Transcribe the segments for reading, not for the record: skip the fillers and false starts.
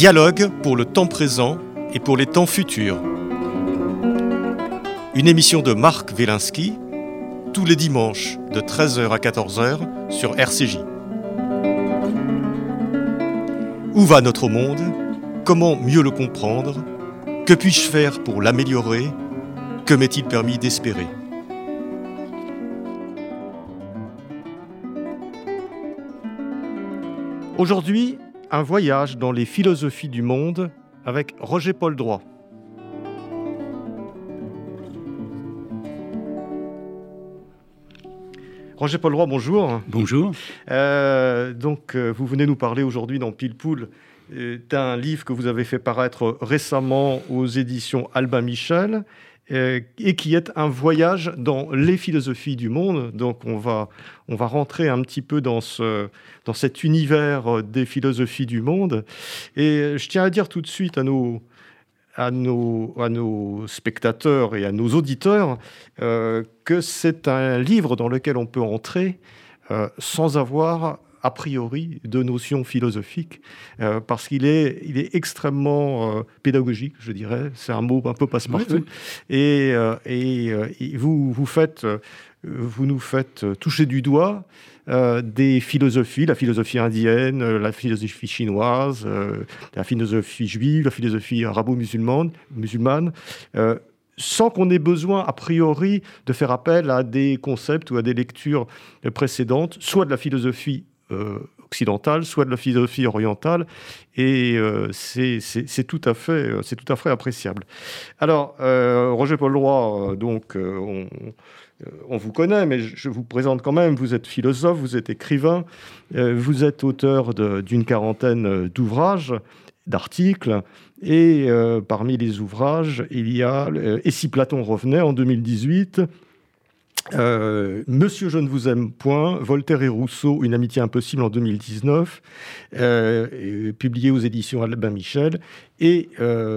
Dialogue pour le temps présent et pour les temps futurs. Une émission de Marc Wielinski, tous les dimanches de 13h à 14h sur RCJ. Où va notre monde ? Comment mieux le comprendre ? Que puis-je faire pour l'améliorer ? Que m'est-il permis d'espérer ? Aujourd'hui, un voyage dans les philosophies du monde avec Roger-Paul Droit. Roger-Paul Droit, bonjour. Bonjour. Vous venez nous parler aujourd'hui dans Pile Poule d'un livre que vous avez fait paraître récemment aux éditions Albin Michel et qui est un voyage dans les philosophies du monde. Donc on va rentrer un petit peu dans cet univers des philosophies du monde. Et je tiens à dire tout de suite à nos spectateurs et à nos auditeurs que c'est un livre dans lequel on peut entrer sans avoir a priori de notions philosophiques, parce qu'il est extrêmement pédagogique, je dirais. C'est un mot un peu passe-partout. Oui. Et vous nous faites toucher du doigt des philosophies, la philosophie indienne, la philosophie chinoise, la philosophie juive, la philosophie arabo-musulmane, sans qu'on ait besoin, a priori, de faire appel à des concepts ou à des lectures précédentes, soit de la philosophie occidentale, soit de la philosophie orientale, et c'est tout à fait appréciable. Alors, Roger-Paul Droit, on vous connaît, mais je vous présente quand même. Vous êtes philosophe, vous êtes écrivain, vous êtes auteur d'une quarantaine d'ouvrages, d'articles, et parmi les ouvrages, il y a « Et si Platon revenait » en 2018, Monsieur je ne vous aime point, Voltaire et Rousseau, une amitié impossible en 2019, publié aux éditions Albin Michel, et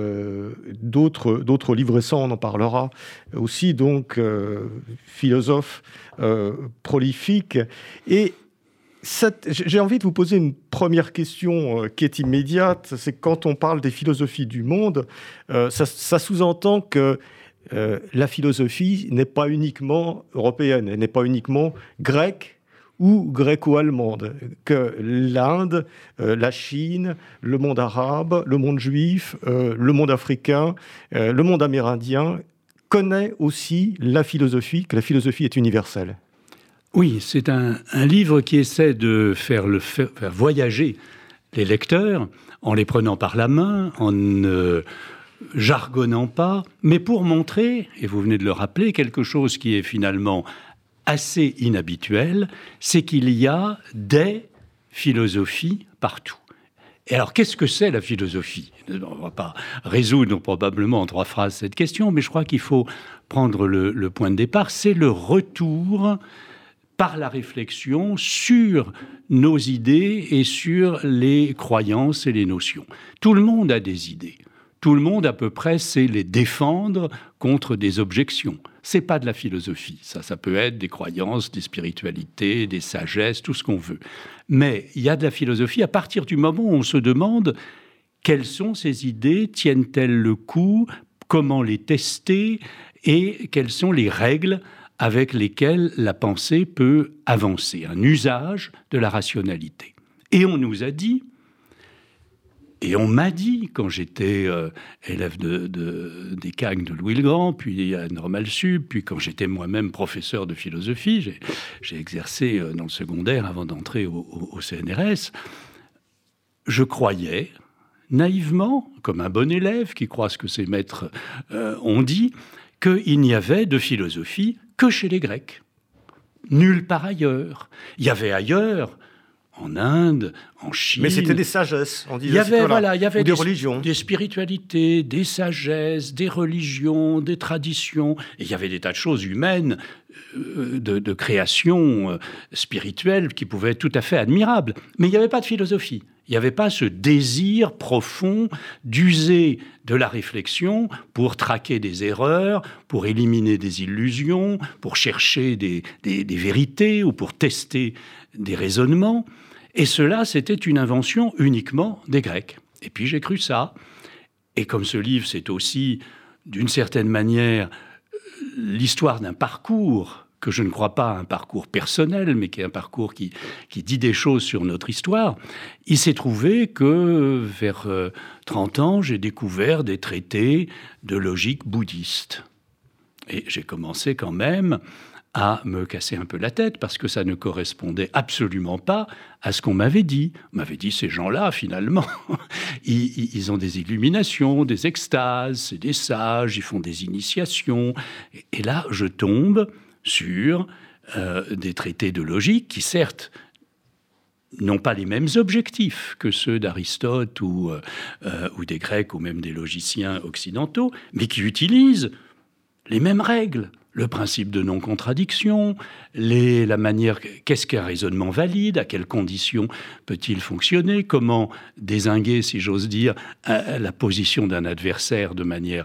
d'autres livres récents, on en parlera aussi, donc philosophe prolifique. Et j'ai envie de vous poser une première question qui est immédiate, c'est quand on parle des philosophies du monde, ça sous-entend que la philosophie n'est pas uniquement européenne, elle n'est pas uniquement grecque ou gréco-allemande, que l'Inde, la Chine, le monde arabe, le monde juif, le monde africain, le monde amérindien connaît aussi la philosophie, que la philosophie est universelle. Oui, c'est un livre qui essaie de faire voyager les lecteurs en les prenant par la main, en jargonnant pas, mais pour montrer, et vous venez de le rappeler, quelque chose qui est finalement assez inhabituel, c'est qu'il y a des philosophies partout. Et alors, qu'est-ce que c'est la philosophie ? On ne va pas résoudre probablement en 3 phrases cette question, mais je crois qu'il faut prendre le point de départ. C'est le retour par la réflexion sur nos idées et sur les croyances et les notions. Tout le monde a des idées. Tout le monde, à peu près, sait les défendre contre des objections. C'est pas de la philosophie. Ça peut être des croyances, des spiritualités, des sagesses, tout ce qu'on veut. Mais il y a de la philosophie à partir du moment où on se demande quelles sont ces idées, tiennent-elles le coup, comment les tester et quelles sont les règles avec lesquelles la pensée peut avancer. Un usage de la rationalité. Et on nous a dit... Et on m'a dit, quand j'étais élève des Cagnes de Louis le Grand, puis à Normal Sup, puis quand j'étais moi-même professeur de philosophie, j'ai exercé dans le secondaire avant d'entrer au CNRS, je croyais naïvement, comme un bon élève qui croit ce que ses maîtres ont dit, qu'il n'y avait de philosophie que chez les Grecs. Nulle part ailleurs. Il y avait ailleurs... en Inde, en Chine... Mais c'était des sagesses, on disait. Il y avait des religions. Des spiritualités, des sagesses, des religions, des traditions. Et il y avait des tas de choses humaines, de création spirituelle qui pouvaient être tout à fait admirables. Mais il n'y avait pas de philosophie. Il n'y avait pas ce désir profond d'user de la réflexion pour traquer des erreurs, pour éliminer des illusions, pour chercher des vérités ou pour tester des raisonnements. Et cela, c'était une invention uniquement des Grecs. Et puis j'ai cru ça. Et comme ce livre, c'est aussi, d'une certaine manière, l'histoire d'un parcours que je ne crois pas un parcours personnel, mais qui est un parcours qui dit des choses sur notre histoire, il s'est trouvé que vers 30 ans, j'ai découvert des traités de logique bouddhiste. Et j'ai commencé quand même à me casser un peu la tête parce que ça ne correspondait absolument pas à ce qu'on m'avait dit. On m'avait dit, ces gens-là, finalement, ils ont des illuminations, des extases, c'est des sages, ils font des initiations. Et là, je tombe sur des traités de logique qui, certes, n'ont pas les mêmes objectifs que ceux d'Aristote ou des Grecs ou même des logiciens occidentaux, mais qui utilisent les mêmes règles. Le principe de non-contradiction, la manière, qu'est-ce qu'un raisonnement valide, à quelles conditions peut-il fonctionner, comment dézinguer, si j'ose dire, la position d'un adversaire de manière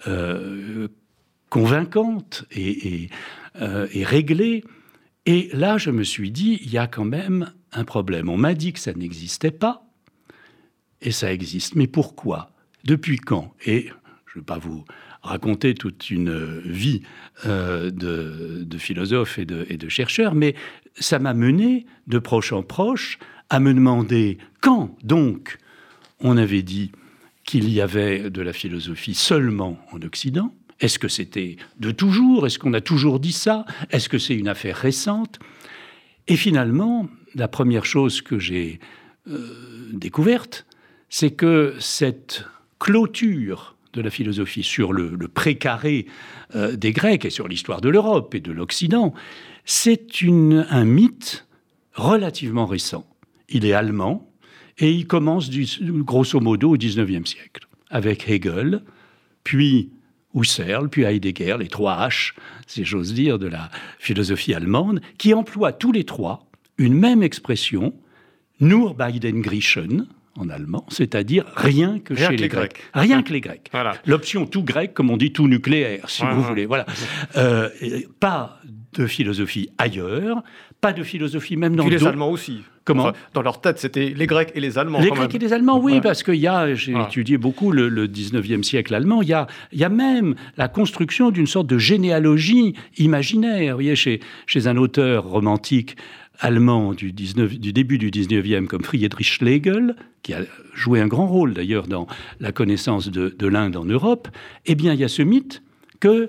convaincante et réglée. Et là, je me suis dit, il y a quand même un problème. On m'a dit que ça n'existait pas, et ça existe. Mais pourquoi ? Depuis quand ? Et je ne vais pas vous raconter toute une vie de philosophe et de chercheur, mais ça m'a mené de proche en proche à me demander quand donc on avait dit qu'il y avait de la philosophie seulement en Occident. Est-ce que c'était de toujours ? Est-ce qu'on a toujours dit ça ? Est-ce que c'est une affaire récente ? Et finalement, la première chose que j'ai découverte, c'est que cette clôture de la philosophie sur le précaré des Grecs et sur l'histoire de l'Europe et de l'Occident, c'est un mythe relativement récent. Il est allemand et il commence grosso modo au XIXe siècle, avec Hegel, puis Husserl, puis Heidegger, les 3 H, si j'ose dire, de la philosophie allemande, qui emploient tous les 3 une même expression, nur bei den Griechen, en allemand, c'est-à-dire rien que chez les Grecs. Rien que les Grecs. Voilà. L'option tout grec, comme on dit tout nucléaire, si vous voulez. Voilà. Pas de philosophie ailleurs, pas de philosophie même dans d'autres... Puis les Allemands aussi. Comment ? Enfin, dans leur tête, c'était les Grecs et les Allemands. Les Grecs et les Allemands, oui, parce que j'ai Voilà. étudié beaucoup le 19e siècle allemand. Il y a même la construction d'une sorte de généalogie imaginaire. Vous voyez, chez un auteur romantique allemand du début du 19e, comme Friedrich Schlegel, qui a joué un grand rôle d'ailleurs dans la connaissance de l'Inde en Europe, eh bien, il y a ce mythe que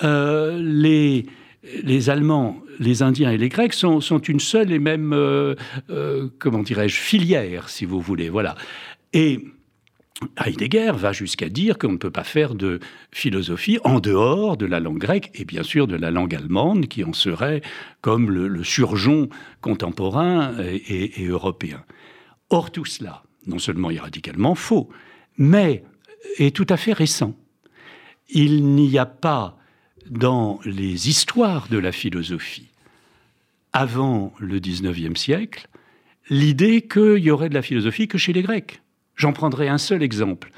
les Allemands, les Indiens et les Grecs sont une seule et même, comment dirais-je, filière, si vous voulez. Voilà. Et Heidegger va jusqu'à dire qu'on ne peut pas faire de philosophie en dehors de la langue grecque et bien sûr de la langue allemande, qui en serait comme le surgeon contemporain et européen. Or, tout cela, non seulement est radicalement faux, mais est tout à fait récent. Il n'y a pas dans les histoires de la philosophie, avant le XIXe siècle, l'idée qu'il y aurait de la philosophie que chez les Grecs. J'en prendrai un seul exemple.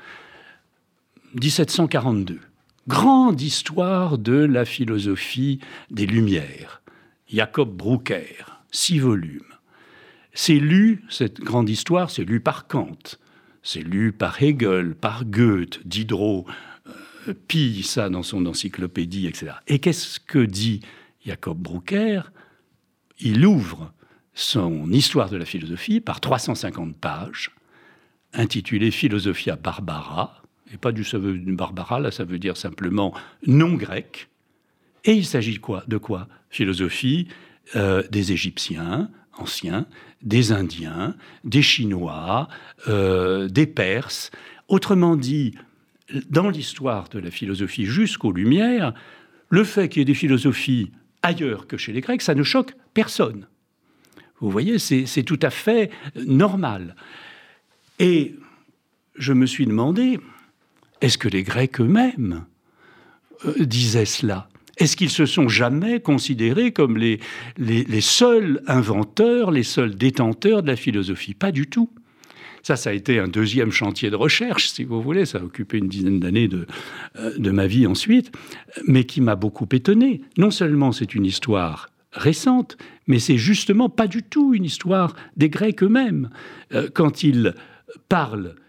1742. Grande histoire de la philosophie des Lumières. Jacob Brucker, 6 volumes. C'est lu, cette grande histoire, c'est lu par Kant. C'est lu par Hegel, par Goethe, Diderot, pille ça dans son encyclopédie, etc. Et qu'est-ce que dit Jacob Brucker ? Il ouvre son histoire de la philosophie par 350 pages, intitulée Philosophia Barbara, et pas du Barbara, là ça veut dire simplement non grec. Et il s'agit de quoi ? Philosophie des Égyptiens anciens, des Indiens, des Chinois, des Perses. Autrement dit, dans l'histoire de la philosophie jusqu'aux Lumières, le fait qu'il y ait des philosophies ailleurs que chez les Grecs, ça ne choque personne. Vous voyez, c'est tout à fait normal. Et je me suis demandé, est-ce que les Grecs eux-mêmes disaient cela ? Est-ce qu'ils se sont jamais considérés comme les seuls inventeurs, les seuls détenteurs de la philosophie ? Pas du tout. Ça a été un deuxième chantier de recherche, si vous voulez. Ça a occupé une dizaine d'années de ma vie ensuite, mais qui m'a beaucoup étonné. Non seulement c'est une histoire récente, mais c'est justement pas du tout une histoire des Grecs eux-mêmes. Quand ils parlent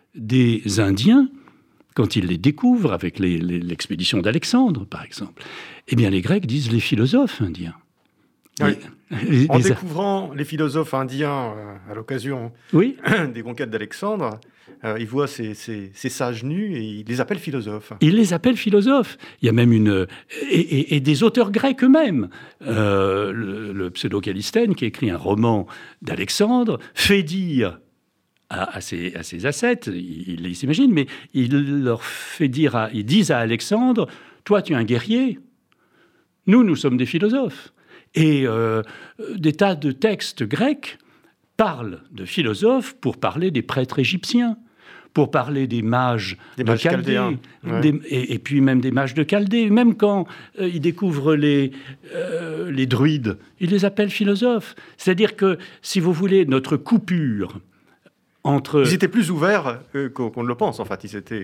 des Indiens, quand ils les découvrent, avec l'expédition d'Alexandre, par exemple, eh bien, les Grecs disent les philosophes indiens. Oui. En découvrant les philosophes indiens à l'occasion des conquêtes d'Alexandre, ils voient ces sages nus et ils les appellent philosophes. Ils les appellent philosophes. Il y a même et des auteurs grecs eux-mêmes. Le pseudo-Callisthène, qui écrit un roman d'Alexandre, fait dire à ses ascètes, il les imagine, mais il leur fait dire, ils disent à Alexandre, toi tu es un guerrier, nous sommes des philosophes. Et des tas de textes grecs parlent de philosophes pour parler des prêtres égyptiens, pour parler des mages de Chaldée, et puis même des mages de Chaldée. Même quand ils découvrent les druides, ils les appellent philosophes. C'est-à-dire que, si vous voulez, notre coupure entre... Ils étaient plus ouverts qu'on ne le pense, en fait.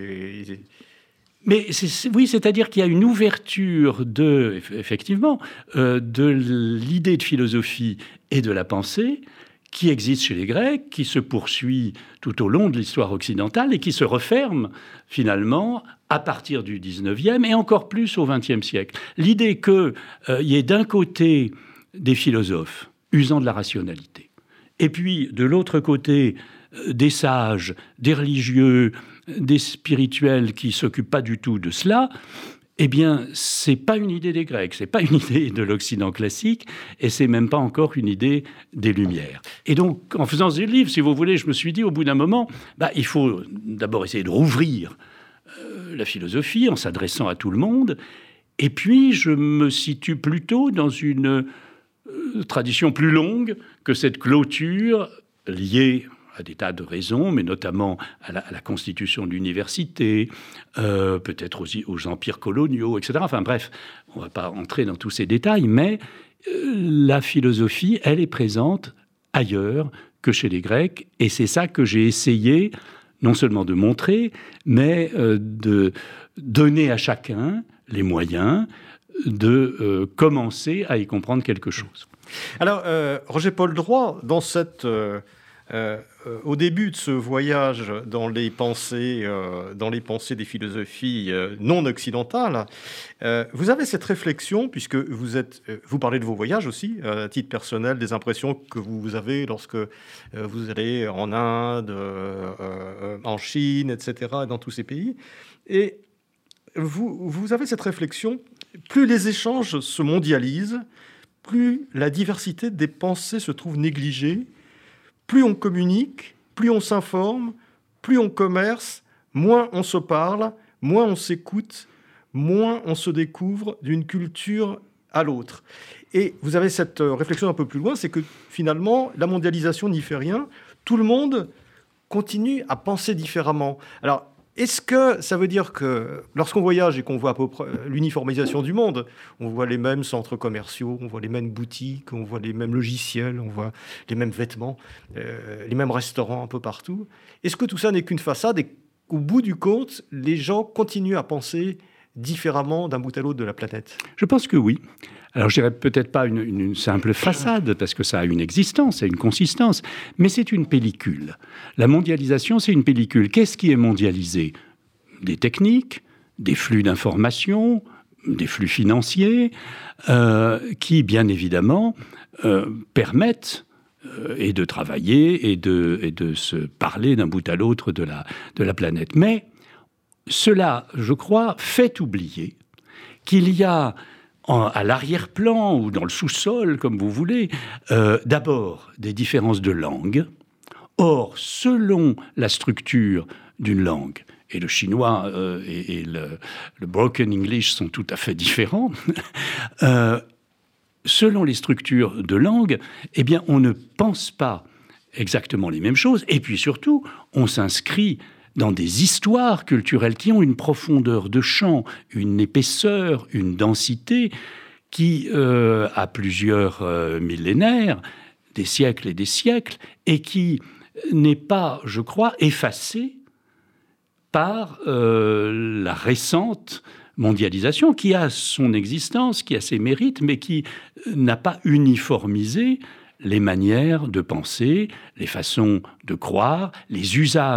Mais oui, c'est-à-dire qu'il y a une ouverture effectivement, de l'idée de philosophie et de la pensée qui existe chez les Grecs, qui se poursuit tout au long de l'histoire occidentale et qui se referme finalement à partir du XIXe et encore plus au XXe siècle. L'idée qu'il y ait d'un côté des philosophes usant de la rationalité, et puis de l'autre côté des sages, des religieux, des spirituels qui ne s'occupent pas du tout de cela, eh bien, ce n'est pas une idée des Grecs, ce n'est pas une idée de l'Occident classique, et ce n'est même pas encore une idée des Lumières. Et donc, en faisant ce livre, si vous voulez, je me suis dit, au bout d'un moment, il faut d'abord essayer de rouvrir la philosophie en s'adressant à tout le monde, et puis je me situe plutôt dans une tradition plus longue que cette clôture liée à des tas de raisons, mais notamment à la constitution de l'université, peut-être aux empires coloniaux, etc. Enfin bref, on ne va pas entrer dans tous ces détails, mais la philosophie, elle est présente ailleurs que chez les Grecs, et c'est ça que j'ai essayé non seulement de montrer, mais de donner à chacun les moyens de commencer à y comprendre quelque chose. Alors, Roger-Paul Droit, dans au début de ce voyage dans les pensées des philosophies non occidentales, vous avez cette réflexion, puisque vous parlez de vos voyages aussi, à titre personnel, des impressions que vous avez lorsque vous allez en Inde, en Chine, etc., dans tous ces pays. Et vous avez cette réflexion, plus les échanges se mondialisent, plus la diversité des pensées se trouve négligée, plus on communique, plus on s'informe, plus on commerce, moins on se parle, moins on s'écoute, moins on se découvre d'une culture à l'autre. Et vous avez cette réflexion un peu plus loin, c'est que finalement, la mondialisation n'y fait rien. Tout le monde continue à penser différemment. Alors, est-ce que ça veut dire que lorsqu'on voyage et qu'on voit à peu près l'uniformisation du monde, on voit les mêmes centres commerciaux, on voit les mêmes boutiques, on voit les mêmes logiciels, on voit les mêmes vêtements, les mêmes restaurants un peu partout. Est-ce que tout ça n'est qu'une façade et qu'au bout du compte, les gens continuent à penser différemment d'un bout à l'autre de la planète? Je pense que oui. Alors, je dirais peut-être pas une simple façade, parce que ça a une existence, ça a une consistance, mais c'est une pellicule. La mondialisation, c'est une pellicule. Qu'est-ce qui est mondialisé? Des techniques, des flux d'informations, des flux financiers, qui, bien évidemment, permettent et de travailler et de se parler d'un bout à l'autre de la planète. Mais cela, je crois, fait oublier qu'il y a à l'arrière-plan ou dans le sous-sol, comme vous voulez, d'abord des différences de langue. Or, selon la structure d'une langue, et le chinois et le broken English sont tout à fait différents, selon les structures de langue, eh bien, on ne pense pas exactement les mêmes choses, et puis surtout, on s'inscrit dans des histoires culturelles qui ont une profondeur de champ, une épaisseur, une densité qui a plusieurs millénaires, des siècles et des siècles, et qui n'est pas, je crois, effacée par la récente mondialisation qui a son existence, qui a ses mérites, mais qui n'a pas uniformisé les manières de penser, les façons de croire, les usages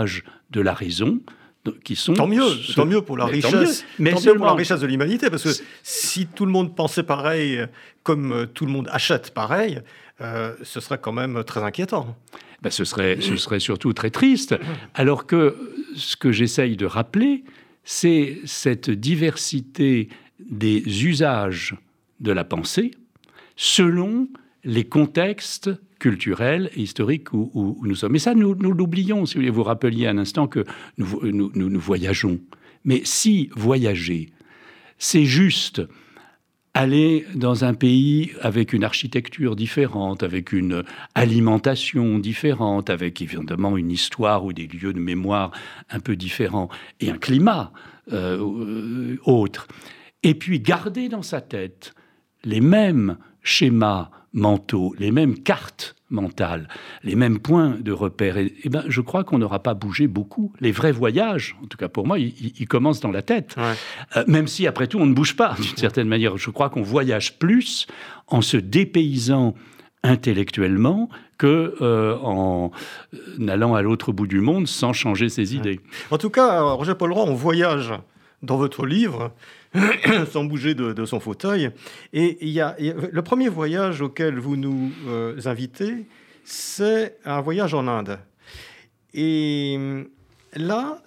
de la raison, qui sont... Tant mieux pour la richesse, mais tant mieux pour la richesse de l'humanité, parce que si tout le monde pensait pareil, comme tout le monde achète pareil, ce serait quand même très inquiétant. Ce serait surtout très triste, alors que ce que j'essaye de rappeler, c'est cette diversité des usages de la pensée selon les contextes culturels et historiques où nous sommes. Et ça, nous l'oublions. Si vous voulez, vous rappeliez un instant que nous voyageons. Mais si voyager, c'est juste aller dans un pays avec une architecture différente, avec une alimentation différente, avec évidemment une histoire ou des lieux de mémoire un peu différents, et un climat autre, et puis garder dans sa tête les mêmes schémas mentaux, les mêmes cartes mentales, les mêmes points de repère, je crois qu'on n'aura pas bougé beaucoup. Les vrais voyages, en tout cas pour moi, ils commencent dans la tête. Ouais. Même si, après tout, on ne bouge pas, d'une certaine manière. Je crois qu'on voyage plus en se dépaysant intellectuellement qu'en allant à l'autre bout du monde sans changer ses idées. En tout cas, Roger Polleroy, on voyage dans votre livre sans bouger de son fauteuil. Et le premier voyage auquel vous nous invitez, c'est un voyage en Inde. Et là,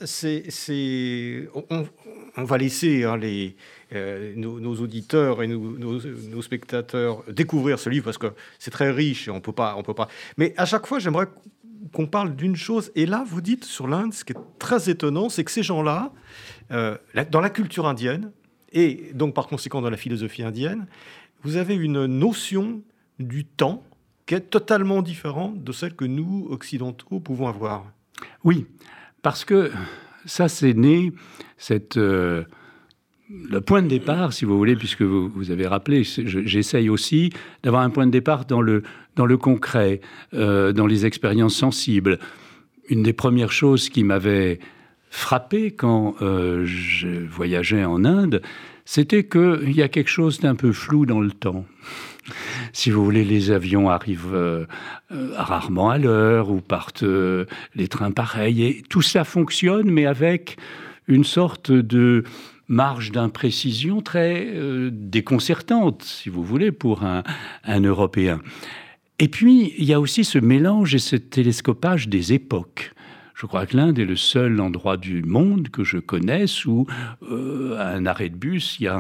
on va laisser nos auditeurs et nos spectateurs découvrir ce livre parce que c'est très riche et on peut pas. Mais à chaque fois, j'aimerais qu'on parle d'une chose. Et là, vous dites sur l'Inde, ce qui est très étonnant, c'est que ces gens-là, dans la culture indienne, et donc par conséquent dans la philosophie indienne, vous avez une notion du temps qui est totalement différente de celle que nous, occidentaux, pouvons avoir. Oui, parce que ça, c'est né, le point de départ, si vous voulez, puisque vous avez rappelé, j'essaye aussi d'avoir un point de départ dans le concret, dans les expériences sensibles. Une des premières choses qui m'avait frappé quand je voyageais en Inde, c'était qu'il y a quelque chose d'un peu flou dans le temps. Si vous voulez, les avions arrivent rarement à l'heure ou partent les trains pareils. Et tout ça fonctionne, mais avec une sorte de marge d'imprécision très déconcertante, si vous voulez, pour un Européen. Et puis, il y a aussi ce mélange et ce télescopage des époques. Je crois que l'Inde est le seul endroit du monde que je connaisse où, à un arrêt de bus, il y a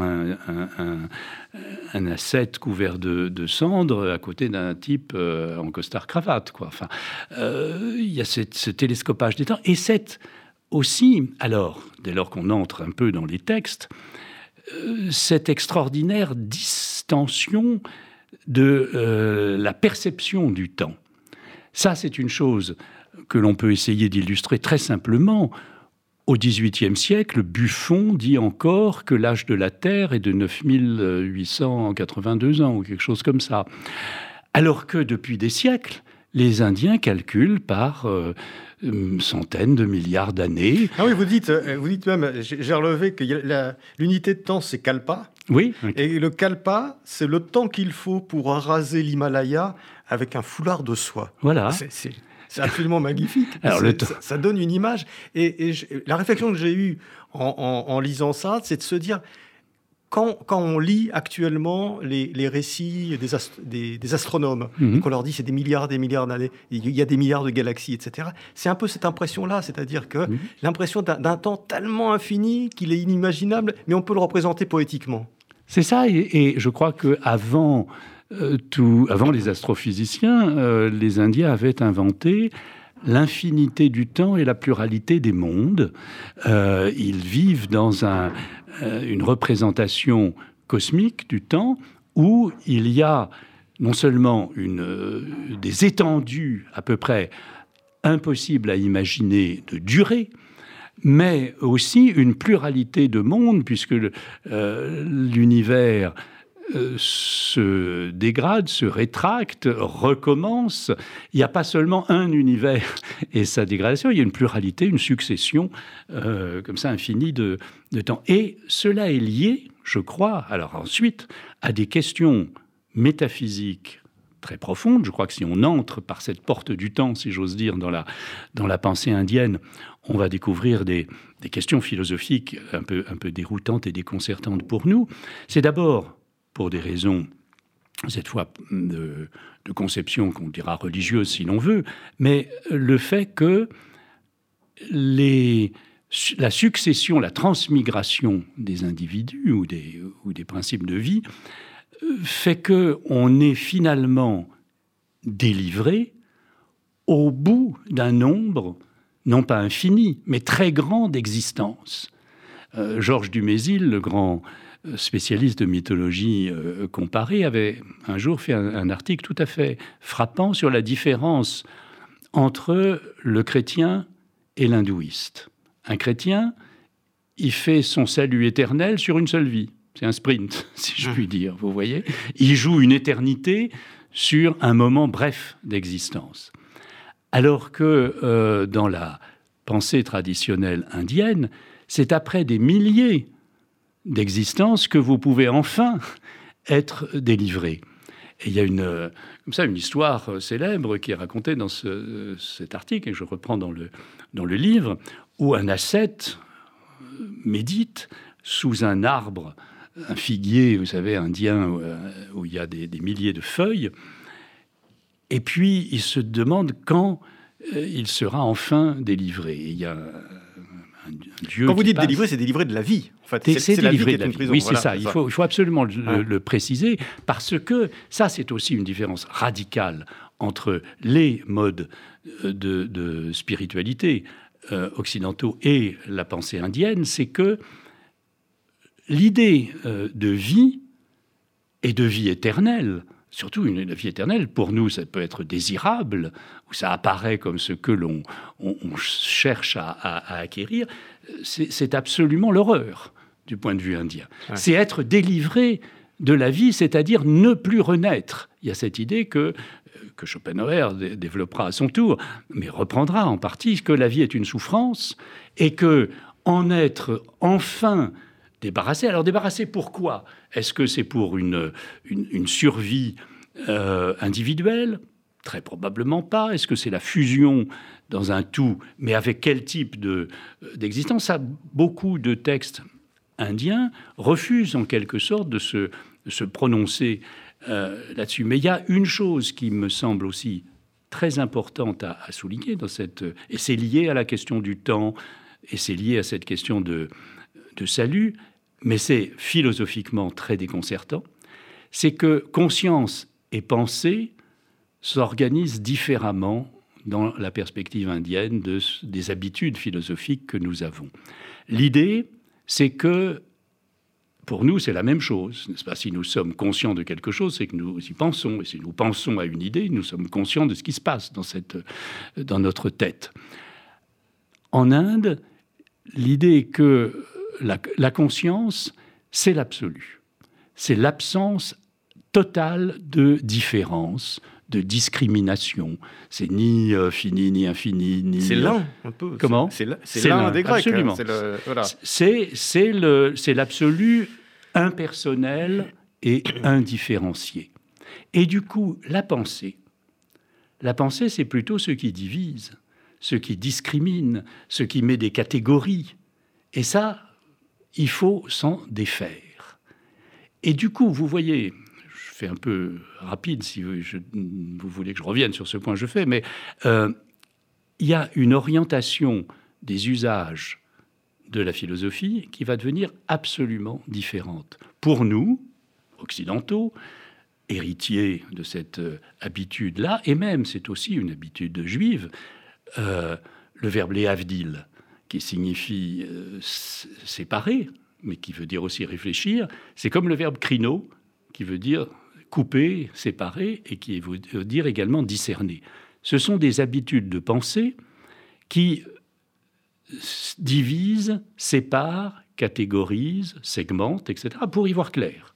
un ascète couvert de cendres à côté d'un type en costard-cravate, quoi. Enfin, il y a ce télescopage des temps. Et aussi, alors, dès lors qu'on entre un peu dans les textes, cette extraordinaire distension de la perception du temps. Ça, c'est une chose que l'on peut essayer d'illustrer très simplement. Au XVIIIe siècle, Buffon dit encore que l'âge de la Terre est de 9882 ans, ou quelque chose comme ça. Alors que depuis des siècles, les Indiens calculent par centaines de milliards d'années. Ah oui, vous dites même, j'ai relevé que l'unité de temps, c'est kalpa. Oui. Et le kalpa, c'est le temps qu'il faut pour raser l'Himalaya avec un foulard de soie. Voilà. C'est absolument magnifique. Alors, ça donne une image. Et la réflexion que j'ai eue en lisant ça, c'est de se dire, quand on lit actuellement les récits des astronomes, et qu'on leur dit c'est des milliards d'années, il y a des milliards de galaxies, etc., c'est un peu cette impression-là, c'est-à-dire que l'impression d'un temps tellement infini qu'il est inimaginable, mais on peut le représenter poétiquement. C'est ça, et je crois qu'avant les astrophysiciens, les Indiens avaient inventé l'infinité du temps et la pluralité des mondes. Ils vivent dans une représentation cosmique du temps où il y a non seulement des étendues à peu près impossibles à imaginer de durée, mais aussi une pluralité de mondes, puisque l'univers se dégrade, se rétracte, recommence. Il n'y a pas seulement un univers et sa dégradation, il y a une pluralité, une succession comme ça infinie de temps. Et cela est lié, je crois, alors ensuite, à des questions métaphysiques très profonde. Je crois que si on entre par cette porte du temps, si j'ose dire, dans la pensée indienne, on va découvrir des questions philosophiques un peu déroutantes et déconcertantes pour nous. C'est d'abord pour des raisons, cette fois de conception qu'on dira religieuse si l'on veut, mais le fait que la succession, la transmigration des individus ou des principes de vie fait qu'on est finalement délivré au bout d'un nombre, non pas infini, mais très grand d'existences. Georges Dumézil, le grand spécialiste de mythologie comparée, avait un jour fait un article tout à fait frappant sur la différence entre le chrétien et l'hindouiste. Un chrétien, il fait son salut éternel sur une seule vie. C'est un sprint, si je puis dire, vous voyez. Il joue une éternité sur un moment bref d'existence. Alors que dans la pensée traditionnelle indienne, c'est après des milliers d'existences que vous pouvez enfin être délivré. Et il y a comme ça une histoire célèbre qui est racontée dans cet article, et que je reprends dans le livre, où un ascète médite sous un arbre, un figuier, vous savez, indien, où il y a des milliers de feuilles, et puis il se demande quand il sera enfin délivré. Et il y a un Dieu. Quand vous dites délivré, c'est délivré de la vie. En fait, c'est la vie qui délivré est de la une vie. prison. Oui, Voilà, c'est ça. Il faut absolument le préciser, parce que ça, c'est aussi une différence radicale entre les modes de spiritualité occidentaux et la pensée indienne, c'est que l'idée de vie et de vie éternelle, surtout la vie éternelle, pour nous, ça peut être désirable, ou ça apparaît comme ce que l'on cherche à acquérir, c'est absolument l'horreur du point de vue indien. Ouais. C'est être délivré de la vie, c'est-à-dire ne plus renaître. Il y a cette idée que Schopenhauer développera à son tour, mais reprendra en partie, que la vie est une souffrance et que en être enfin débarrassé. Alors débarrassé pourquoi ? Est-ce que c'est pour une survie individuelle ? Très probablement pas. Est-ce que c'est la fusion dans un tout, mais avec quel type d'existence ? Ça, beaucoup de textes indiens refusent en quelque sorte de se prononcer là-dessus. Mais il y a une chose qui me semble aussi très importante à souligner dans et c'est lié à la question du temps, et c'est lié à cette question de salut, mais c'est philosophiquement très déconcertant, c'est que conscience et pensée s'organisent différemment dans la perspective indienne des habitudes philosophiques que nous avons. L'idée, c'est que pour nous, c'est la même chose, n'est-ce pas ? Si nous sommes conscients de quelque chose, c'est que nous y pensons. Et si nous pensons à une idée, nous sommes conscients de ce qui se passe dans notre tête. En Inde, l'idée est que la conscience, c'est l'absolu. C'est l'absence totale de différence, de discrimination. C'est ni fini, ni infini, ni... C'est l'un, un peu. Comment ? C'est l'un des Grecs. Absolument. Hein, voilà. C'est l'absolu impersonnel et indifférencié. Et du coup, la pensée, c'est plutôt ce qui divise, ce qui discrimine, ce qui met des catégories. Et ça, il faut s'en défaire. Et du coup, vous voyez... Je fais un peu rapide, si vous voulez que je revienne sur ce point, je fais, mais il y a une orientation des usages de la philosophie qui va devenir absolument différente. Pour nous, occidentaux, héritiers de cette habitude-là, et même, c'est aussi une habitude juive, le verbe lehavdil, qui signifie séparer, mais qui veut dire aussi réfléchir, c'est comme le verbe krino, qui veut dire couper, séparer, et qui veut dire également discerner. Ce sont des habitudes de pensée qui divisent, séparent, catégorisent, segmentent, etc., pour y voir clair.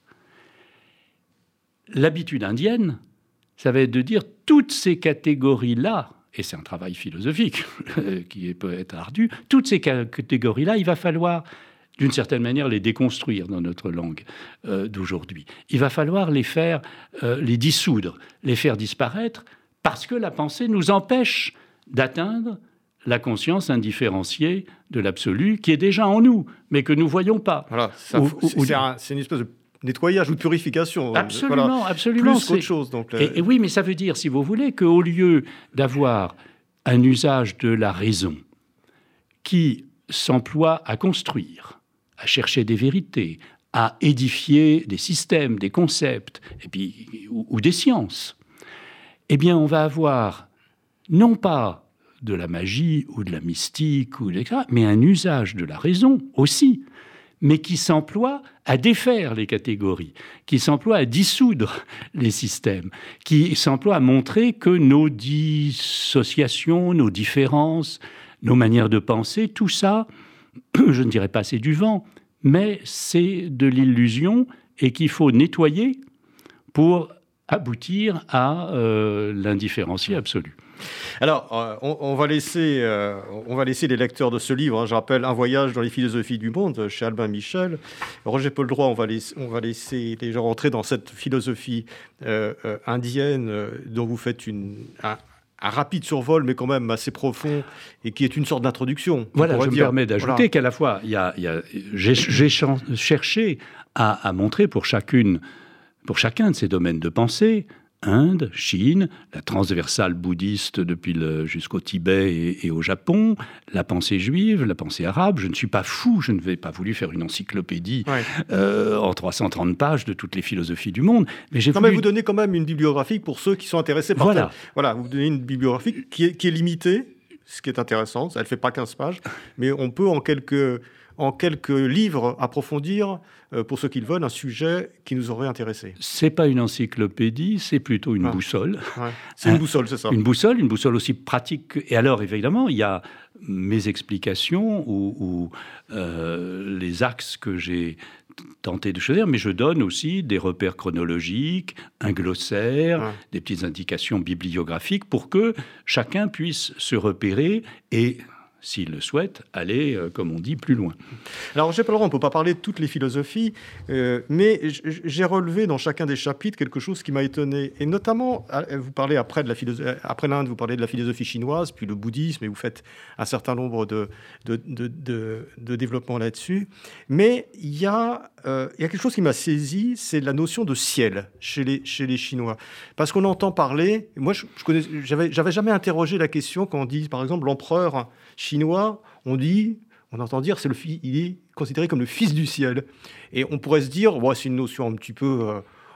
L'habitude indienne, ça va être de dire toutes ces catégories-là, et c'est un travail philosophique qui peut être ardu, toutes ces catégories-là, il va falloir d'une certaine manière, les déconstruire dans notre langue d'aujourd'hui. Il va falloir les dissoudre, les faire disparaître, parce que la pensée nous empêche d'atteindre la conscience indifférenciée de l'absolu qui est déjà en nous, mais que nous ne voyons pas. Voilà, c'est une espèce de nettoyage ou de purification. Absolument, voilà. absolument. Plus qu'autre chose. Donc, et oui, mais ça veut dire, si vous voulez, qu'au lieu d'avoir un usage de la raison qui s'emploie à construire, à chercher des vérités, à édifier des systèmes, des concepts, et puis, ou des sciences, eh bien, on va avoir non pas de la magie ou de la mystique, mais un usage de la raison aussi, mais qui s'emploie à défaire les catégories, qui s'emploie à dissoudre les systèmes, qui s'emploie à montrer que nos dissociations, nos différences, nos manières de penser, tout ça, je ne dirais pas c'est du vent, mais c'est de l'illusion et qu'il faut nettoyer pour aboutir à l'indifférencié absolu. Alors, on va laisser les lecteurs de ce livre. Je rappelle Un voyage dans les philosophies du monde chez Albin Michel. Roger Paul Droit, on va laisser les gens rentrer dans cette philosophie indienne dont vous faites un rapide survol, mais quand même assez profond, et qui est une sorte d'introduction. Voilà, je me permets d'ajouter qu'à la fois, j'ai cherché à montrer pour chacun de ces domaines de pensée, Inde, Chine, la transversale bouddhiste jusqu'au Tibet et au Japon, la pensée juive, la pensée arabe. Je ne suis pas fou, je ne vais pas voulu faire une encyclopédie en 330 pages de toutes les philosophies du monde. Mais mais vous donnez quand même une bibliographie pour ceux qui sont intéressés par ça. Voilà, vous donnez une bibliographie qui est limitée, ce qui est intéressant. Elle ne fait pas 15 pages, mais on peut en quelques livres approfondir, pour ceux qui le veulent, un sujet qui nous aurait intéressés. C'est pas une encyclopédie, c'est plutôt une boussole. Ouais. C'est une boussole, c'est ça. Une boussole aussi pratique. Et alors, évidemment, il y a mes explications ou les axes que j'ai tenté de choisir, mais je donne aussi des repères chronologiques, un glossaire, des petites indications bibliographiques pour que chacun puisse se repérer et, s'il le souhaite, aller, comme on dit, plus loin. Alors, Roger Paul Droit, on ne peut pas parler de toutes les philosophies, mais j'ai relevé dans chacun des chapitres quelque chose qui m'a étonné. Et notamment, vous parlez après l'Inde, vous parlez de la philosophie chinoise, puis le bouddhisme, et vous faites un certain nombre de développements là-dessus. Mais il y a quelque chose qui m'a saisi, c'est la notion de ciel chez les Chinois. Parce qu'on entend parler, moi, j'avais jamais interrogé la question quand on dit, par exemple, l'empereur chinois, on entend dire il est considéré comme le fils du ciel. Et on pourrait se dire, c'est une notion un petit peu,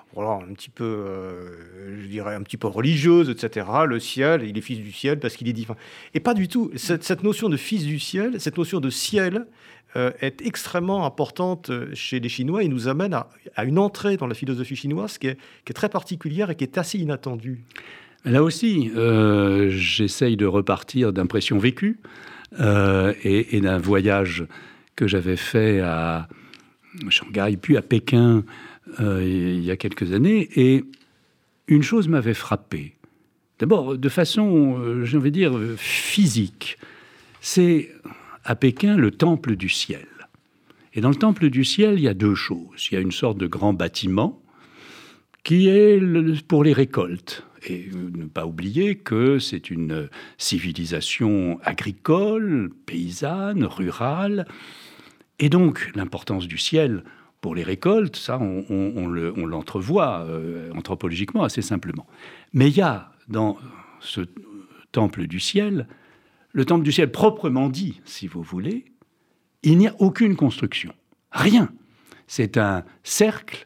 je dirais, un petit peu religieuse, etc. Le ciel, il est fils du ciel parce qu'il est divin. Et pas du tout. Cette notion de fils du ciel, cette notion de ciel est extrêmement importante chez les Chinois et nous amène à une entrée dans la philosophie chinoise qui est très particulière et qui est assez inattendue. Là aussi, j'essaye de repartir d'impressions vécues et d'un voyage que j'avais fait à Shanghai, puis à Pékin il y a quelques années. Et une chose m'avait frappé. D'abord, de façon, j'ai envie de dire, physique. C'est, à Pékin, le temple du ciel. Et dans le temple du ciel, il y a deux choses. Il y a une sorte de grand bâtiment qui est pour les récoltes. Et ne pas oublier que c'est une civilisation agricole, paysanne, rurale. Et donc, l'importance du ciel pour les récoltes, ça, on l'entrevoit anthropologiquement assez simplement. Mais il y a dans ce temple du ciel, le temple du ciel proprement dit, si vous voulez, il n'y a aucune construction. Rien. C'est un cercle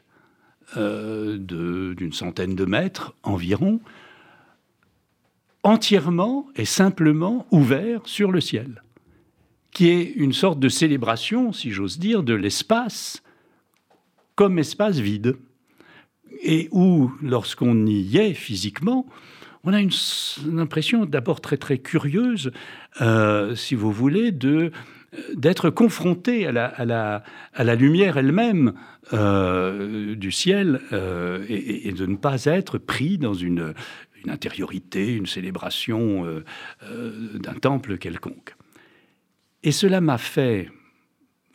d'une centaine de mètres environ, entièrement et simplement ouvert sur le ciel, qui est une sorte de célébration, si j'ose dire, de l'espace comme espace vide, et où, lorsqu'on y est physiquement, on a une impression d'abord très très curieuse, si vous voulez, d'être confronté à la lumière elle-même du ciel et de ne pas être pris dans une intériorité, une célébration d'un temple quelconque. Et cela m'a fait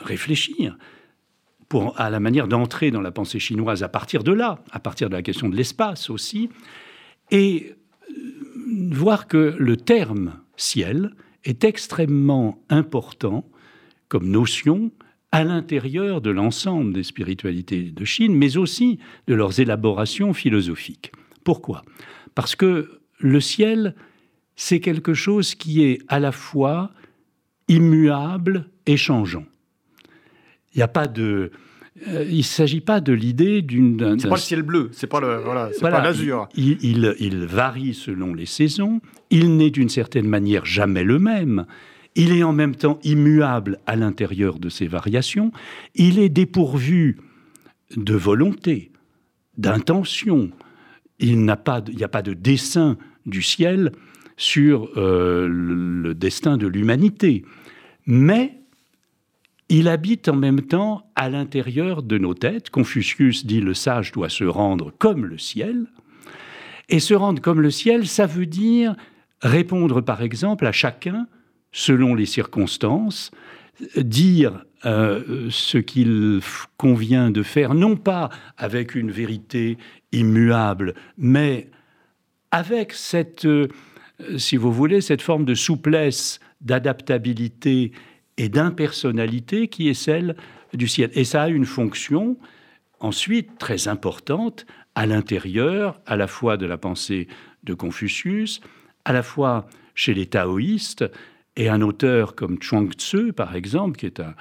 réfléchir à la manière d'entrer dans la pensée chinoise à partir de là, à partir de la question de l'espace aussi, et voir que le terme ciel est extrêmement important comme notion à l'intérieur de l'ensemble des spiritualités de Chine, mais aussi de leurs élaborations philosophiques. Pourquoi ? Parce que le ciel, c'est quelque chose qui est à la fois immuable et changeant. Il n'y a pas de... il ne s'agit pas de l'idée d'une... C'est pas le ciel bleu, c'est pas pas l'azur. Il varie selon les saisons, il n'est d'une certaine manière jamais le même, il est en même temps immuable à l'intérieur de ces variations, il est dépourvu de volonté, d'intention. Il n'y a pas de dessein du ciel sur le destin de l'humanité. Mais il habite en même temps à l'intérieur de nos têtes. Confucius dit « le sage doit se rendre comme le ciel ». Et se rendre comme le ciel, ça veut dire répondre par exemple à chacun selon les circonstances, dire ce qu'il convient de faire, non pas avec une vérité immuable, mais avec cette, si vous voulez, cette forme de souplesse, d'adaptabilité et d'impersonnalité qui est celle du ciel. Et ça a une fonction, ensuite, très importante, à l'intérieur, à la fois de la pensée de Confucius, à la fois chez les taoïstes, et un auteur comme Chuang Tzu, par exemple, qui est un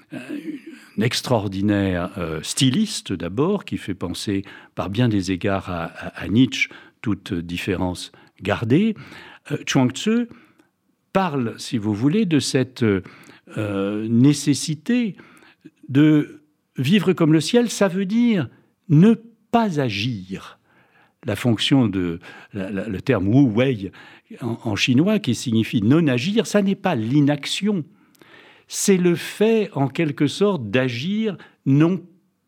extraordinaire styliste d'abord, qui fait penser par bien des égards à Nietzsche, toute différence gardée. Chuang Tzu parle, si vous voulez, de cette nécessité de vivre comme le ciel. Ça veut dire ne pas agir. La fonction le terme wu wei en chinois qui signifie non agir, ça n'est pas l'inaction. C'est le fait, en quelque sorte, d'agir non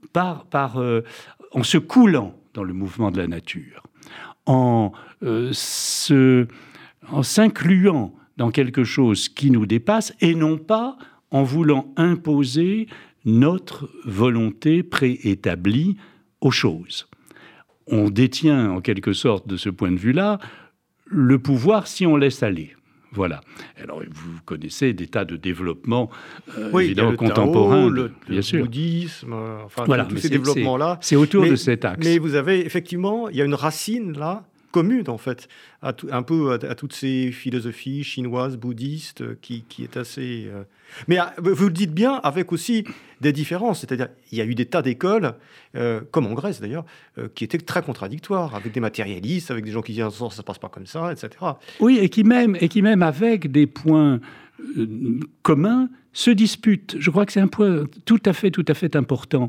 en se coulant dans le mouvement de la nature, en s'incluant dans quelque chose qui nous dépasse et non pas en voulant imposer notre volonté préétablie aux choses. On détient en quelque sorte de ce point de vue-là le pouvoir si on laisse aller. Voilà. Alors, vous connaissez des tas de développements évidemment contemporains, le bien sûr. Bouddhisme, enfin voilà, tous ces développements-là. C'est autour de cet axe. Mais vous avez effectivement, il y a une racine là commune en fait, à toutes ces philosophies chinoises, bouddhistes, qui est assez... Mais vous le dites bien, avec aussi des différences. C'est-à-dire, il y a eu des tas d'écoles, comme en Grèce d'ailleurs, qui étaient très contradictoires, avec des matérialistes, avec des gens qui disent ça ne se passe pas comme ça, etc. Oui, et qui même avec des points communs, se disputent. Je crois que c'est un point tout à fait important.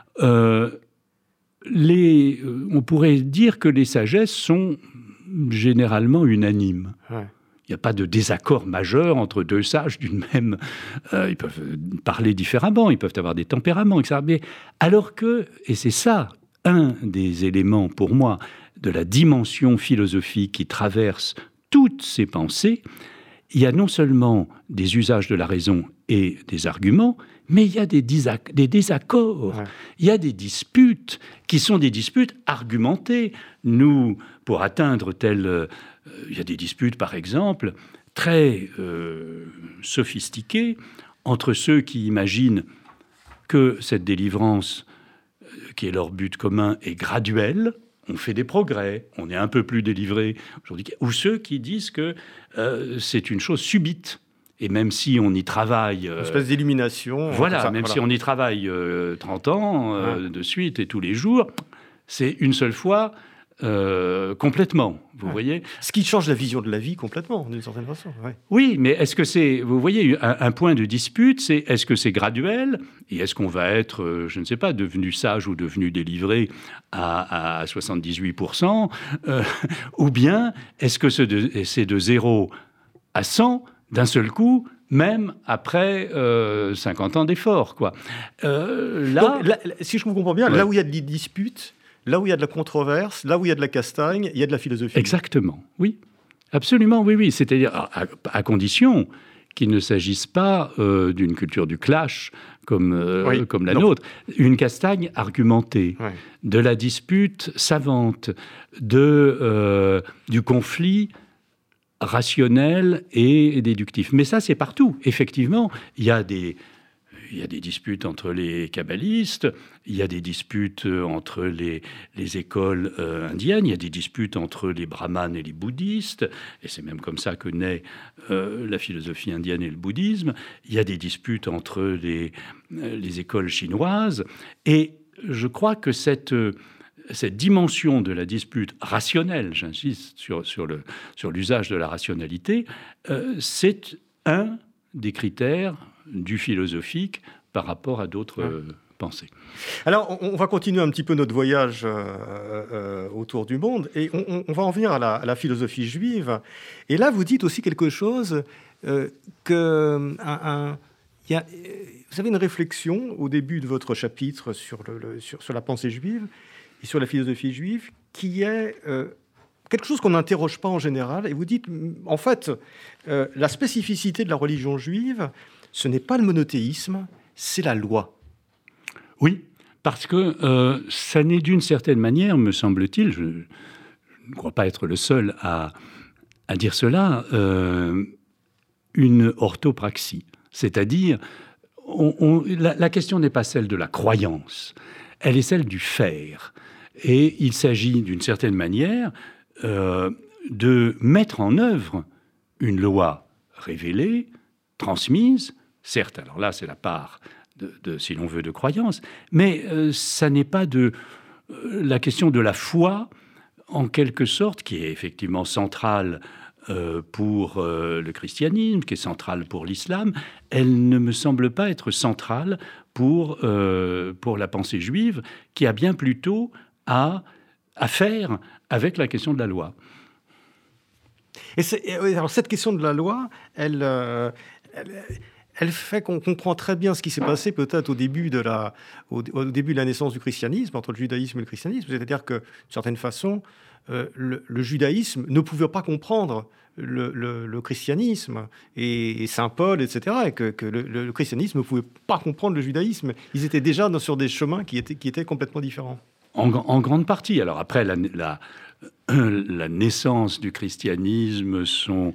On pourrait dire que les sagesses sont généralement unanimes. Ouais. Il n'y a pas de désaccord majeur entre deux sages d'une même... ils peuvent parler différemment, ils peuvent avoir des tempéraments, etc. Mais alors que, et c'est ça, un des éléments pour moi de la dimension philosophique qui traverse toutes ces pensées, il y a non seulement des usages de la raison et des arguments, mais il y a des désaccords, ouais. Il y a des disputes qui sont des disputes argumentées. Nous, pour atteindre il y a des disputes, par exemple, très sophistiquées entre ceux qui imaginent que cette délivrance, qui est leur but commun, est graduelle. On fait des progrès, on est un peu plus délivré aujourd'hui, ou ceux qui disent que c'est une chose subite. Et même si on y travaille... une espèce d'illumination. Voilà, si on y travaille 30 ans de suite et tous les jours, c'est une seule fois complètement, vous voyez. Ce qui change la vision de la vie complètement, d'une certaine façon. Ouais. Oui, mais est-ce que c'est... Vous voyez, un point de dispute, c'est est-ce que c'est graduel ? Et est-ce qu'on va être, je ne sais pas, devenu sage ou devenu délivré à 78% ou bien est-ce que c'est de 0 à 100 d'un seul coup, même après 50 ans d'efforts, quoi. Donc, si je comprends bien, là où il y a des disputes, là où il y a de la controverse, là où il y a de la castagne, il y a de la philosophie. Exactement, oui. Absolument, oui. C'est-à-dire, à condition qu'il ne s'agisse pas d'une culture du clash comme la Non. nôtre, une castagne argumentée, Ouais. de la dispute savante, du conflit rationnel et déductif. Mais ça, c'est partout. Effectivement, il y a des disputes entre les kabbalistes, il y a des disputes entre les écoles indiennes, il y a des disputes entre les brahmanes et les bouddhistes, et c'est même comme ça que naît la philosophie indienne et le bouddhisme. Il y a des disputes entre les écoles chinoises, et je crois que cette dimension de la dispute rationnelle, j'insiste sur l'usage de la rationalité, c'est un des critères du philosophique par rapport à d'autres pensées. Alors, on va continuer un petit peu notre voyage autour du monde, et on va en venir à la philosophie juive. Et là, vous dites aussi quelque chose vous avez une réflexion au début de votre chapitre sur la pensée juive et sur la philosophie juive, qui est quelque chose qu'on n'interroge pas en général. Et vous dites, en fait, la spécificité de la religion juive, ce n'est pas le monothéisme, c'est la loi. Oui, parce que ça n'est d'une certaine manière, me semble-t-il, je ne crois pas être le seul à dire cela, une orthopraxie. C'est-à-dire, la question n'est pas celle de la croyance, elle est celle du faire. Et il s'agit d'une certaine manière de mettre en œuvre une loi révélée, transmise, certes, alors là c'est la part si l'on veut, de croyance, mais ça n'est pas la question de la foi, en quelque sorte, qui est effectivement centrale pour le christianisme, qui est centrale pour l'islam. Elle ne me semble pas être centrale pour la pensée juive, qui a bien plutôt à faire avec la question de la loi. Alors cette question de la loi, elle fait qu'on comprend très bien ce qui s'est passé peut-être au début de la naissance du christianisme, entre le judaïsme et le christianisme. C'est-à-dire que, d'une certaine façon, le judaïsme ne pouvait pas comprendre le christianisme et Saint Paul, etc., et que le christianisme ne pouvait pas comprendre le judaïsme. Ils étaient déjà sur des chemins qui étaient complètement différents. En grande partie. Alors après, la naissance du christianisme,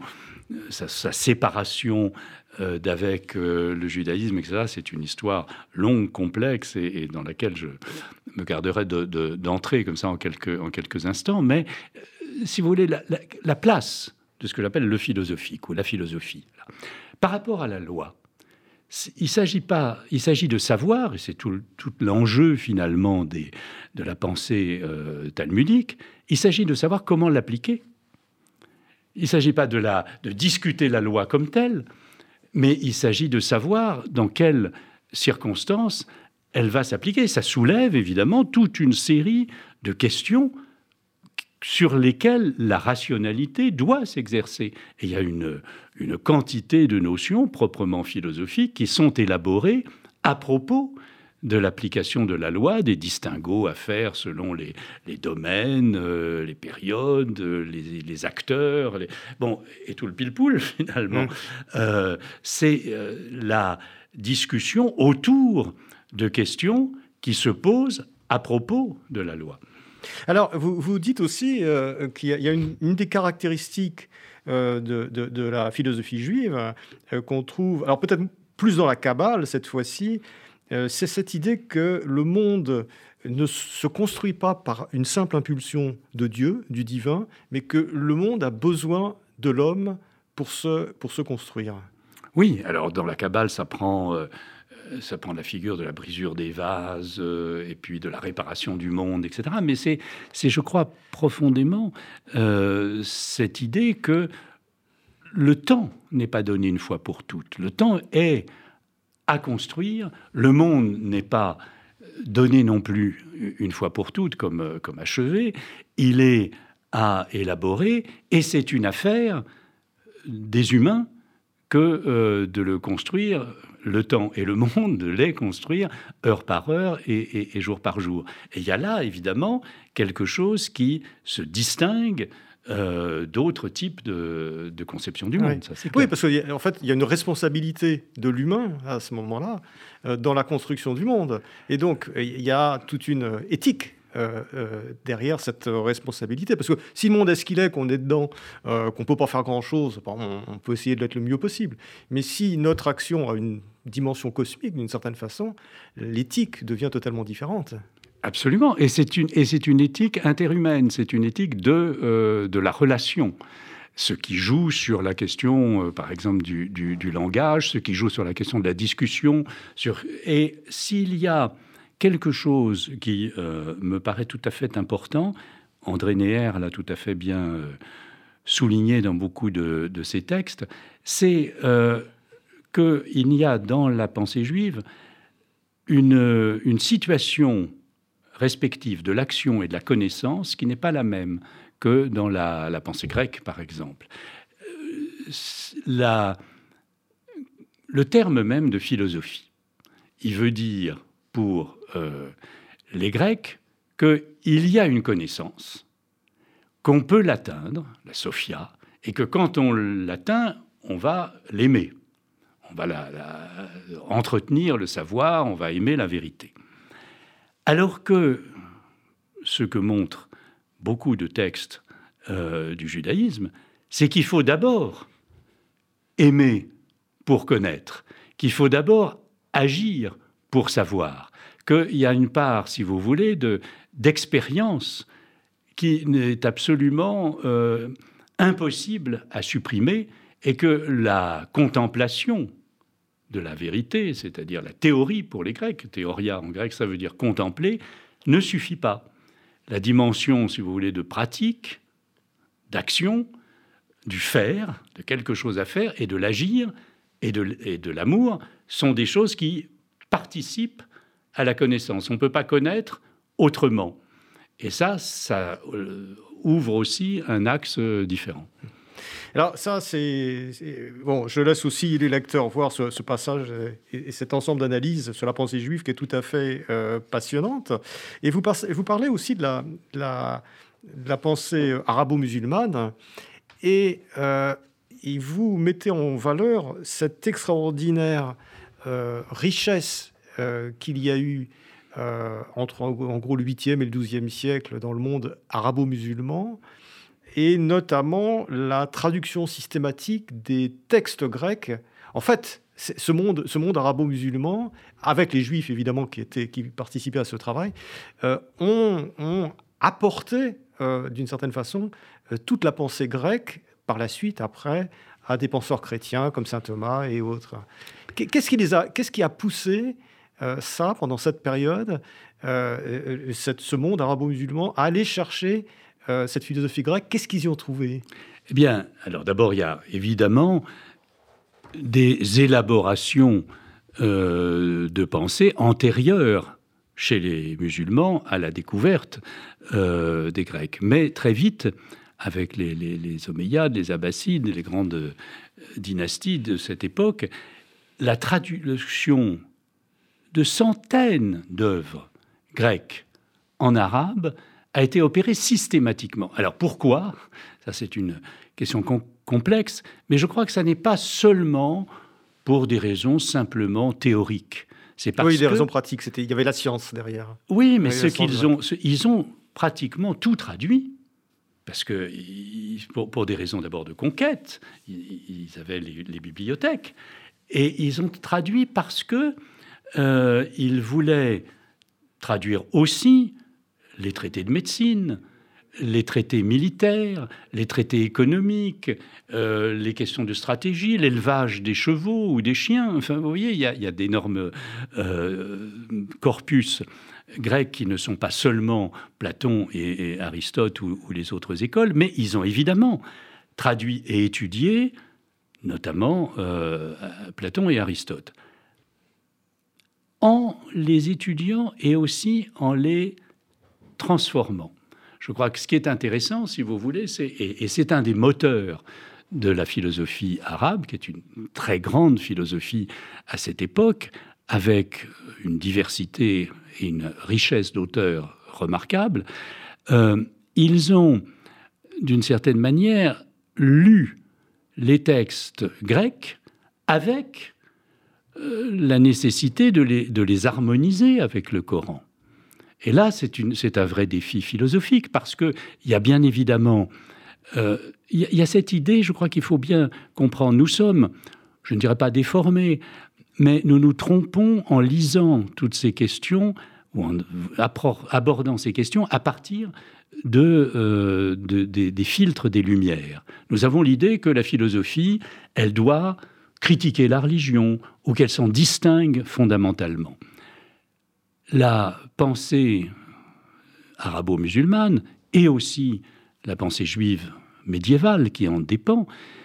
sa séparation d'avec le judaïsme, etc., c'est une histoire longue, complexe, et dans laquelle je me garderai d'entrer comme ça en quelques instants. Mais si vous voulez, la place de ce que j'appelle le philosophique ou la philosophie, là, par rapport à la loi, il s'agit de savoir, et c'est tout l'enjeu finalement de la pensée talmudique, il s'agit de savoir comment l'appliquer. Il ne s'agit pas de discuter la loi comme telle, mais il s'agit de savoir dans quelles circonstances elle va s'appliquer. Ça soulève évidemment toute une série de questions sur lesquelles la rationalité doit s'exercer. Et il y a une quantité de notions proprement philosophiques qui sont élaborées à propos de l'application de la loi, des distinguos à faire selon les domaines, les périodes, les acteurs, et tout le pile-poule finalement. C'est la discussion autour de questions qui se posent à propos de la loi. Alors, vous dites aussi qu'il y a une des caractéristiques de la philosophie juive qu'on trouve, alors peut-être plus dans la Kabbale cette fois-ci, c'est cette idée que le monde ne se construit pas par une simple impulsion de Dieu, du divin, mais que le monde a besoin de l'homme pour se construire. Oui, alors dans la Kabbale, ça prend la figure de la brisure des vases et puis de la réparation du monde, etc. Mais c'est je crois, profondément cette idée que le temps n'est pas donné une fois pour toutes. Le temps est à construire. Le monde n'est pas donné non plus une fois pour toutes comme achevé. Il est à élaborer et c'est une affaire des humains que de le construire, le temps et le monde, de les construire heure par heure et jour par jour. Et il y a là, évidemment, quelque chose qui se distingue d'autres types de conception du monde. Oui, ça, c'est clair. Oui, parce qu'en fait, il y a une responsabilité de l'humain à ce moment-là dans la construction du monde. Et donc, il y a toute une éthique derrière cette responsabilité. Parce que si le monde est ce qu'il est, qu'on est dedans, qu'on ne peut pas faire grand-chose, on peut essayer de l'être le mieux possible. Mais si notre action a une dimension cosmique, d'une certaine façon, l'éthique devient totalement différente. Absolument. Et c'est une éthique interhumaine, c'est une éthique de la relation. Ce qui joue sur la question, par exemple, du langage, ce qui joue sur la question de la discussion. Et s'il y a quelque chose qui me paraît tout à fait important, André Neher l'a tout à fait bien souligné dans beaucoup de ses textes, c'est qu'il y a dans la pensée juive une situation respective de l'action et de la connaissance qui n'est pas la même que dans la pensée grecque, par exemple. Le terme même de philosophie, il veut dire pour les Grecs qu'il y a une connaissance, qu'on peut l'atteindre, la sophia, et que quand on l'atteint, on va l'aimer. On va entretenir le savoir, on va aimer la vérité. Alors que ce que montrent beaucoup de textes du judaïsme, c'est qu'il faut d'abord aimer pour connaître, qu'il faut d'abord agir pour savoir, qu'il y a une part, si vous voulez, d'expérience qui n'est absolument impossible à supprimer et que la contemplation de la vérité, c'est-à-dire la théorie pour les Grecs, théoria en grec, ça veut dire contempler, ne suffit pas. La dimension, si vous voulez, de pratique, d'action, du faire, de quelque chose à faire, et de l'agir, et de l'amour, sont des choses qui participent à la connaissance. On ne peut pas connaître autrement. Et ça ouvre aussi un axe différent. Alors ça, bon, je laisse aussi les lecteurs voir ce passage et cet ensemble d'analyses sur la pensée juive qui est tout à fait passionnante. Et vous parlez aussi de la pensée arabo-musulmane et vous mettez en valeur cette extraordinaire richesse qu'il y a eu entre en gros le 8e et le 12e siècle dans le monde arabo-musulman, et notamment la traduction systématique des textes grecs. En fait, ce monde arabo-musulman, avec les Juifs évidemment qui participaient à ce travail, ont apporté d'une certaine façon toute la pensée grecque par la suite, après, à des penseurs chrétiens comme saint Thomas et autres. Qu'est-ce qui a poussé ça, pendant cette période, ce monde arabo-musulman, à aller chercher cette philosophie grecque? Qu'est-ce qu'ils y ont trouvé? Eh bien, alors d'abord, il y a évidemment des élaborations de pensée antérieures chez les musulmans à la découverte des Grecs. Mais très vite, avec les Omeyyades, les Abbassides, les grandes dynasties de cette époque, la traduction de centaines d'œuvres grecques en arabe a été opérée systématiquement. Alors pourquoi ? Ça, c'est une question complexe, mais je crois que ça n'est pas seulement pour des raisons simplement théoriques. C'est parce des raisons pratiques. Il y avait la science derrière. Oui, mais ils ont pratiquement tout traduit. Parce que, pour des raisons d'abord de conquête, ils avaient les bibliothèques. Et ils ont traduit parce que ils voulaient traduire aussi les traités de médecine, les traités militaires, les traités économiques, les questions de stratégie, l'élevage des chevaux ou des chiens. Enfin, vous voyez, il y a d'énormes corpus grecs qui ne sont pas seulement Platon et Aristote ou les autres écoles, mais ils ont évidemment traduit et étudié notamment Platon et Aristote. En les étudiant et aussi en les transformant. Je crois que ce qui est intéressant, si vous voulez, et c'est un des moteurs de la philosophie arabe, qui est une très grande philosophie à cette époque, avec une diversité et une richesse d'auteurs remarquables, ils ont d'une certaine manière, lu les textes grecs avec la nécessité de les harmoniser avec le Coran. Et là, c'est un vrai défi philosophique, parce qu'il y a bien évidemment... Il y a cette idée, je crois qu'il faut bien comprendre. Nous sommes, je ne dirais pas déformés, mais nous nous trompons en lisant toutes ces questions, ou en abordant ces questions à partir des filtres des Lumières. Nous avons l'idée que la philosophie, elle doit critiquer la religion, ou qu'elle s'en distingue fondamentalement. La pensée arabo-musulmane, et aussi la pensée juive médiévale qui en dépend,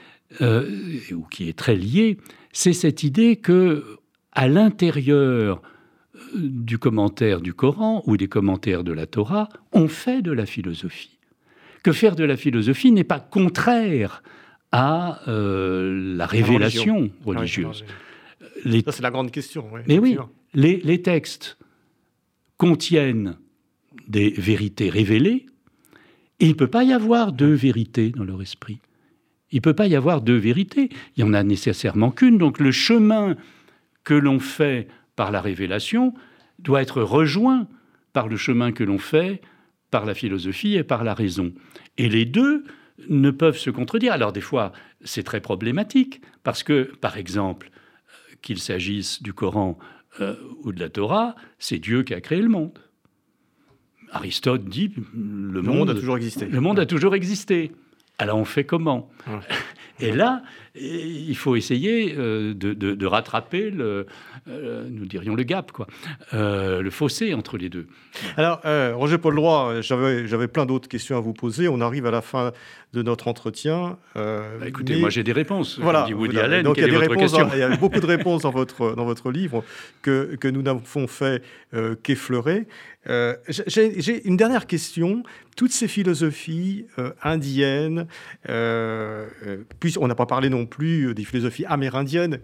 ou qui est très liée, c'est cette idée que, à l'intérieur du commentaire du Coran ou des commentaires de la Torah, on fait de la philosophie. Que faire de la philosophie n'est pas contraire à la révélation religieuse. Ça, c'est la grande question. Oui, mais oui, les textes contiennent des vérités révélées, et il ne peut pas y avoir deux vérités dans leur esprit. Il ne peut pas y avoir deux vérités. Il n'y en a nécessairement qu'une. Donc le chemin que l'on fait par la révélation doit être rejoint par le chemin que l'on fait par la philosophie et par la raison. Et les deux ne peuvent se contredire. Alors des fois, c'est très problématique, parce que, par exemple, qu'il s'agisse du Coran ou de la Torah, c'est Dieu qui a créé le monde. Aristote dit le monde a toujours existé. Le monde a toujours existé. Alors on fait comment ? Et là, il faut essayer de rattraper nous dirions le gap, quoi, le fossé entre les deux. Alors, Roger Paul Droit, j'avais plein d'autres questions à vous poser. On arrive à la fin de notre entretien. Écoutez, moi j'ai des réponses. Voilà. Dit Woody Allen, donc il y y a beaucoup de réponses dans votre livre que nous n'avons fait qu'effleurer. J'ai une dernière question. Toutes ces philosophies indiennes, puis on n'a pas parlé non plus des philosophies amérindiennes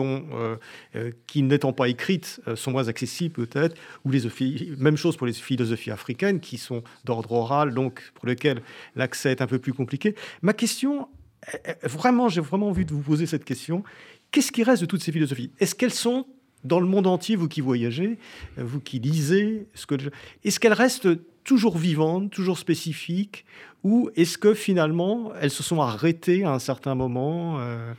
qui n'étant pas écrites, sont moins accessibles peut-être, ou même chose pour les philosophies africaines qui sont d'ordre oral, donc pour lesquelles l'accès est un peu plus compliqué. Ma question, j'ai vraiment envie de vous poser cette question. Qu'est-ce qui reste de toutes ces philosophies ? Est-ce qu'elles sont dans le monde entier, vous qui voyagez, vous qui lisez, est-ce qu'elles restent toujours vivantes, toujours spécifiques, ou est-ce que finalement elles se sont arrêtées à un certain moment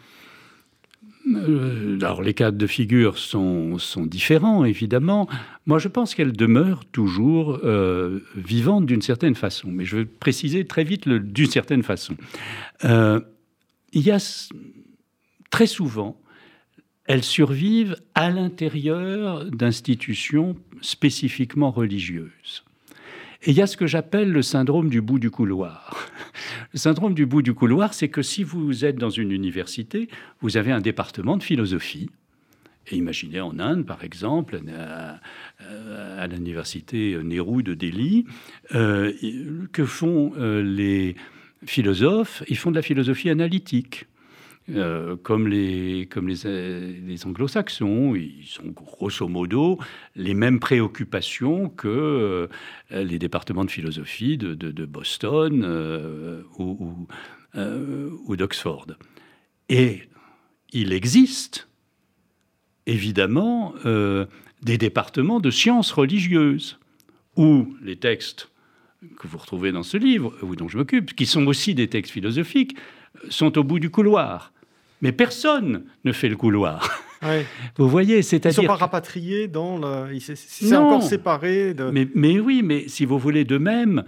Alors les cas de figure sont différents, évidemment. Moi, je pense qu'elles demeurent toujours vivantes d'une certaine façon. Mais je veux préciser très vite d'une certaine façon. Il y a très souvent... elles survivent à l'intérieur d'institutions spécifiquement religieuses. Et il y a ce que j'appelle le syndrome du bout du couloir. Le syndrome du bout du couloir, c'est que si vous êtes dans une université, vous avez un département de philosophie. Et imaginez en Inde, par exemple, à l'université Nehru de Delhi, que font les philosophes ? Ils font de la philosophie analytique. Comme les anglo-saxons, ils ont grosso modo les mêmes préoccupations que les départements de philosophie de Boston ou d'Oxford. Et il existe évidemment des départements de sciences religieuses où les textes que vous retrouvez dans ce livre, ou dont je m'occupe, qui sont aussi des textes philosophiques, sont au bout du couloir. Mais personne ne fait le couloir. Ouais. Vous voyez, c'est-à-dire... Ils ne sont pas rapatriés dans le... C'est encore séparé de... Mais oui, mais si vous voulez, de même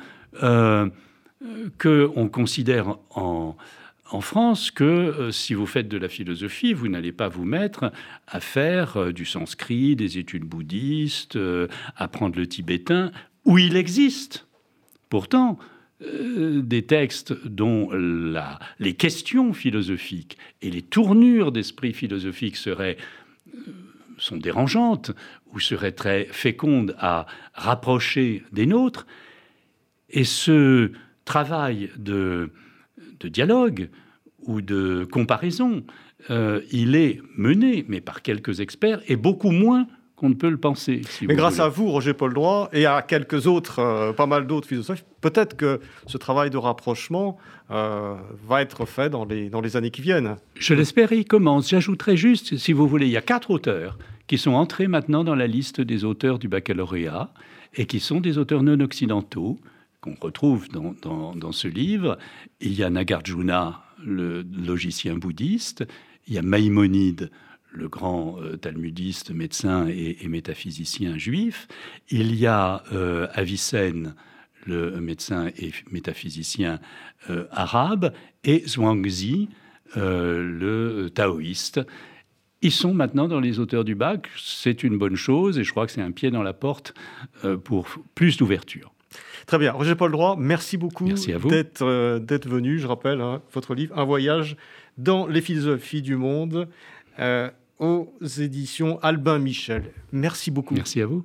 qu'on considère en France que si vous faites de la philosophie, vous n'allez pas vous mettre à faire du sanskrit, des études bouddhistes, apprendre le tibétain, où il existe. Pourtant... des textes dont les questions philosophiques et les tournures d'esprit philosophique sont dérangeantes ou seraient très fécondes à rapprocher des nôtres. Et ce travail de dialogue ou de comparaison, il est mené, mais par quelques experts, et beaucoup moins qu'on ne peut le penser. Mais grâce à vous, Roger Poldroy, et à quelques autres, pas mal d'autres philosophes, peut-être que ce travail de rapprochement va être fait dans les années qui viennent. Je l'espère, il commence. J'ajouterais juste, si vous voulez, il y a 4 auteurs qui sont entrés maintenant dans la liste des auteurs du baccalauréat et qui sont des auteurs non occidentaux qu'on retrouve dans ce livre. Il y a Nagarjuna, le logicien bouddhiste. Il y a Maïmonide, le grand talmudiste, médecin et métaphysicien juif. Il y a Avicenne, le médecin et métaphysicien arabe, et Zhuangzi, le taoïste. Ils sont maintenant dans les auteurs du bac. C'est une bonne chose et je crois que c'est un pied dans la porte pour plus d'ouverture. Très bien. Roger Poldroy, merci beaucoup d'être venu. Je rappelle votre livre « Un voyage dans les philosophies du monde » aux éditions Albin Michel. Merci beaucoup. Merci à vous.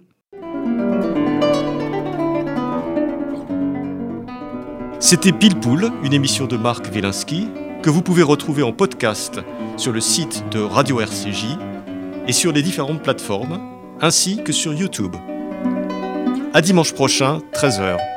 C'était Pile Poule, une émission de Marc Wielinski que vous pouvez retrouver en podcast sur le site de Radio RCJ et sur les différentes plateformes, ainsi que sur YouTube. À dimanche prochain, 13h.